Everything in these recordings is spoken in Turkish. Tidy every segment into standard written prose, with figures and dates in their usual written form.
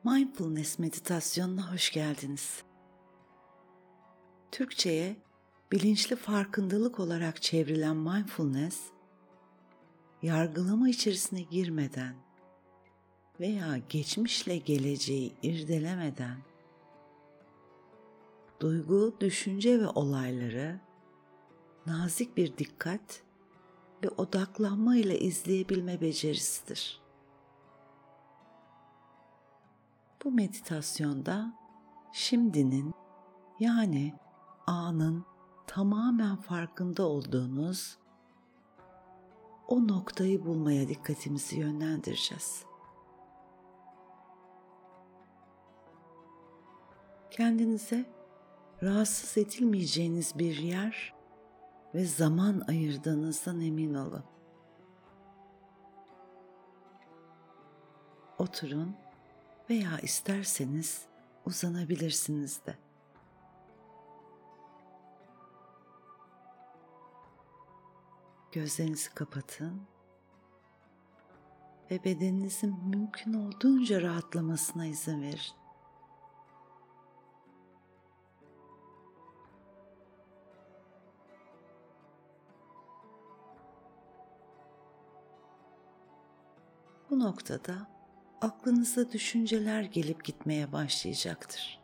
Mindfulness meditasyonuna hoş geldiniz. Türkçe'ye bilinçli farkındalık olarak çevrilen mindfulness, yargılama içerisine girmeden veya geçmişle geleceği irdelemeden, duygu, düşünce ve olayları nazik bir dikkat ve odaklanma ile izleyebilme becerisidir. Bu meditasyonda şimdinin yani anın tamamen farkında olduğunuz o noktayı bulmaya dikkatimizi yönlendireceğiz. Kendinize rahatsız edilmeyeceğiniz bir yer ve zaman ayırdığınızdan emin olun. Oturun veya isterseniz uzanabilirsiniz de. Gözlerinizi kapatın ve bedeninizin mümkün olduğunca rahatlamasına izin verin. Bu noktada aklınıza düşünceler gelip gitmeye başlayacaktır.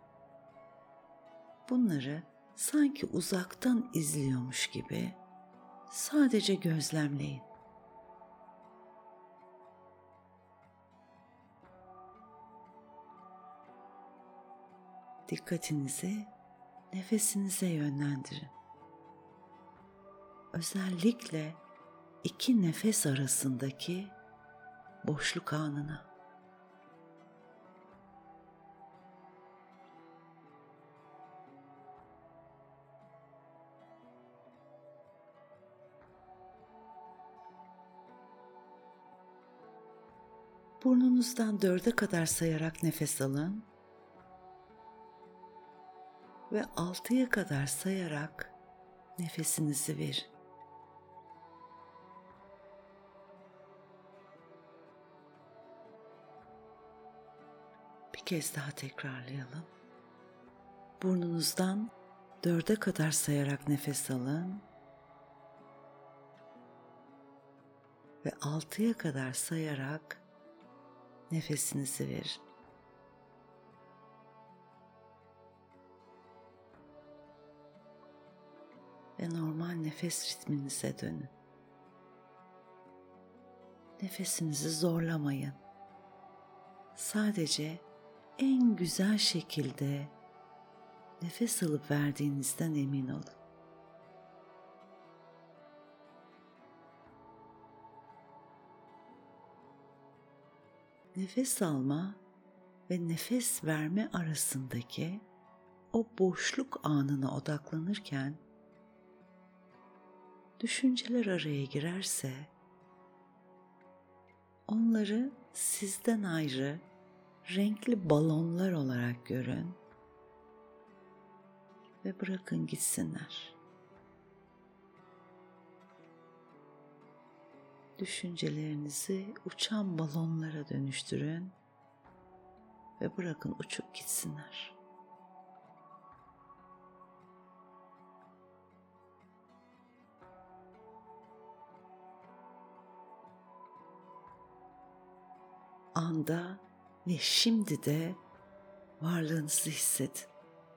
Bunları sanki uzaktan izliyormuş gibi sadece gözlemleyin. Dikkatinizi nefesinize yönlendirin. Özellikle iki nefes arasındaki boşluk anına. Burnunuzdan 4'e kadar sayarak nefes alın ve 6'ya kadar sayarak nefesinizi verin. Bir kez daha tekrarlayalım. Burnunuzdan 4'e kadar sayarak nefes alın ve 6'ya kadar sayarak nefesinizi verin. Ve normal nefes ritminize dönün. Nefesinizi zorlamayın. Sadece en güzel şekilde nefes alıp verdiğinizden emin olun. Nefes alma ve nefes verme arasındaki o boşluk anına odaklanırken düşünceler araya girerse onları sizden ayrı renkli balonlar olarak görün ve bırakın gitsinler. Düşüncelerinizi uçan balonlara dönüştürün ve bırakın uçup gitsinler. Anda ve şimdi de varlığınızı hissedin.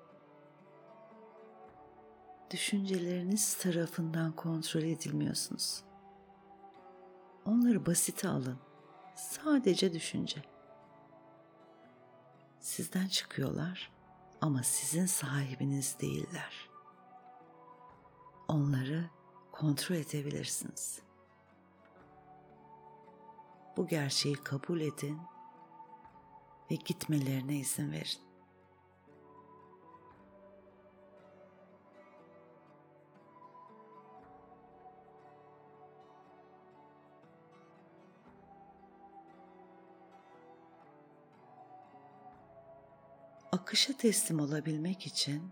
Düşünceleriniz tarafından kontrol edilmiyorsunuz. Onları basite alın. Sadece düşünce. Sizden çıkıyorlar ama sizin sahibiniz değiller. Onları kontrol edebilirsiniz. Bu gerçeği kabul edin ve gitmelerine izin verin. Akışa teslim olabilmek için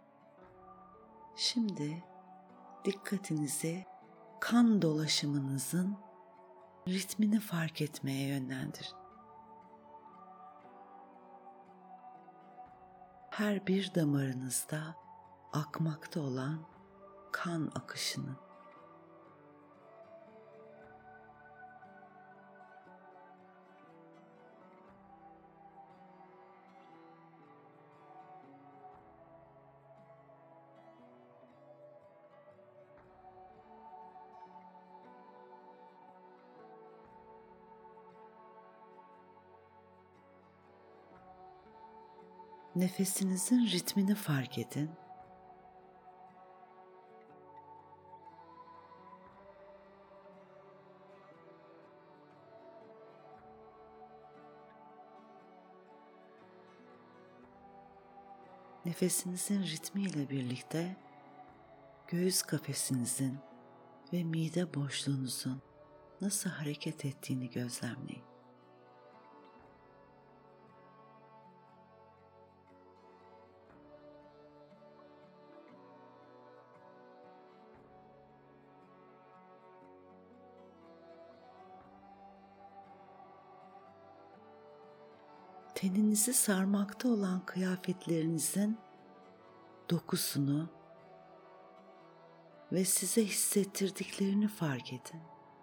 şimdi dikkatinizi kan dolaşımınızın ritmini fark etmeye yönlendirin. her bir damarınızda akmakta olan kan akışını. Nefesinizin ritmini fark edin. Nefesinizin ritmiyle birlikte göğüs kafesinizin ve mide boşluğunuzun nasıl hareket ettiğini gözlemleyin. Teninizi sarmakta olan kıyafetlerinizin dokusunu ve size hissettirdiklerini fark edin.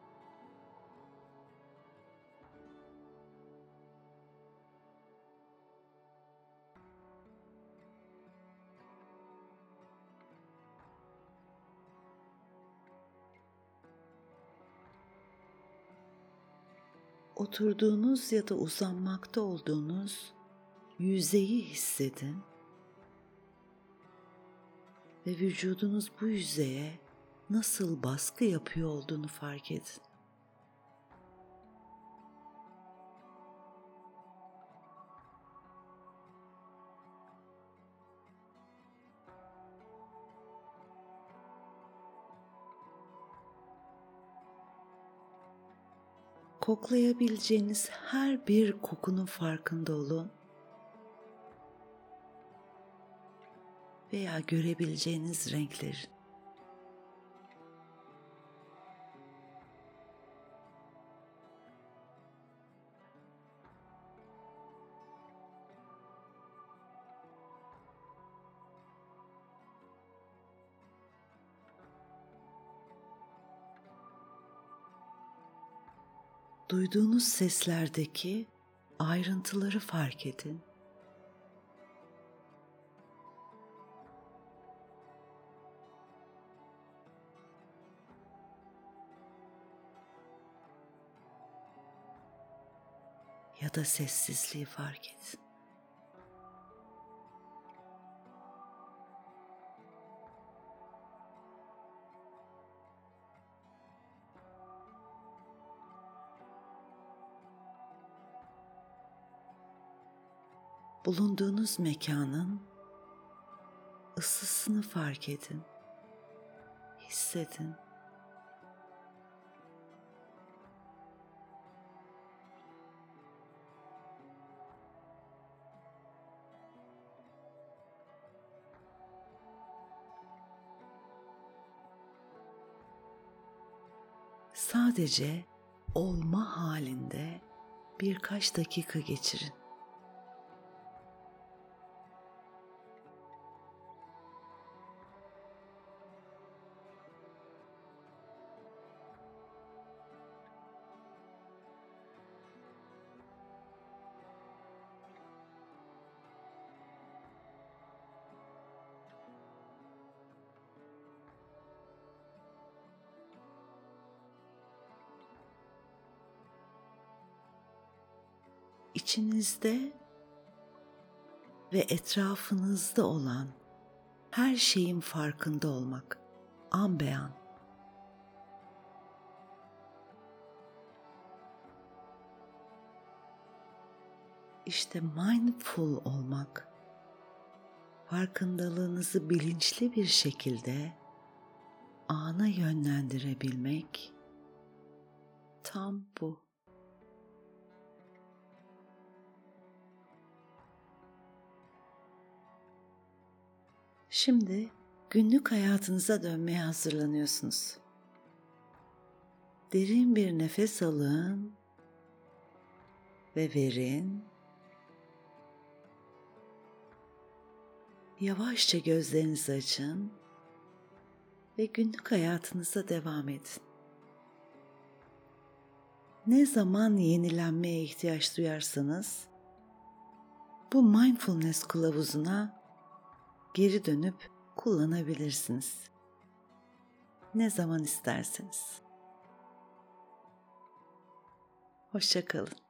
Oturduğunuz ya da uzanmakta olduğunuz yüzeyi hissedin ve vücudunuz bu yüzeye nasıl baskı yapıyor olduğunu fark edin. Koklayabileceğiniz her bir kokunun farkında olun veya görebileceğiniz renklerin. Duyduğunuz seslerdeki ayrıntıları fark edin. Ya da sessizliği fark edin. Bulunduğunuz mekanın ısısını fark edin, hissedin. Sadece olma halinde birkaç dakika geçirin. İçinizde ve etrafınızda olan her şeyin farkında olmak, an be an. İşte mindful olmak, farkındalığınızı bilinçli bir şekilde ana yönlendirebilmek, tam bu. Şimdi günlük hayatınıza dönmeye hazırlanıyorsunuz. Derin bir nefes alın ve verin. Yavaşça gözlerinizi açın ve günlük hayatınıza devam edin. Ne zaman yenilenmeye ihtiyaç duyarsanız bu mindfulness kılavuzuna geri dönüp kullanabilirsiniz. Ne zaman isterseniz. Hoşça kalın.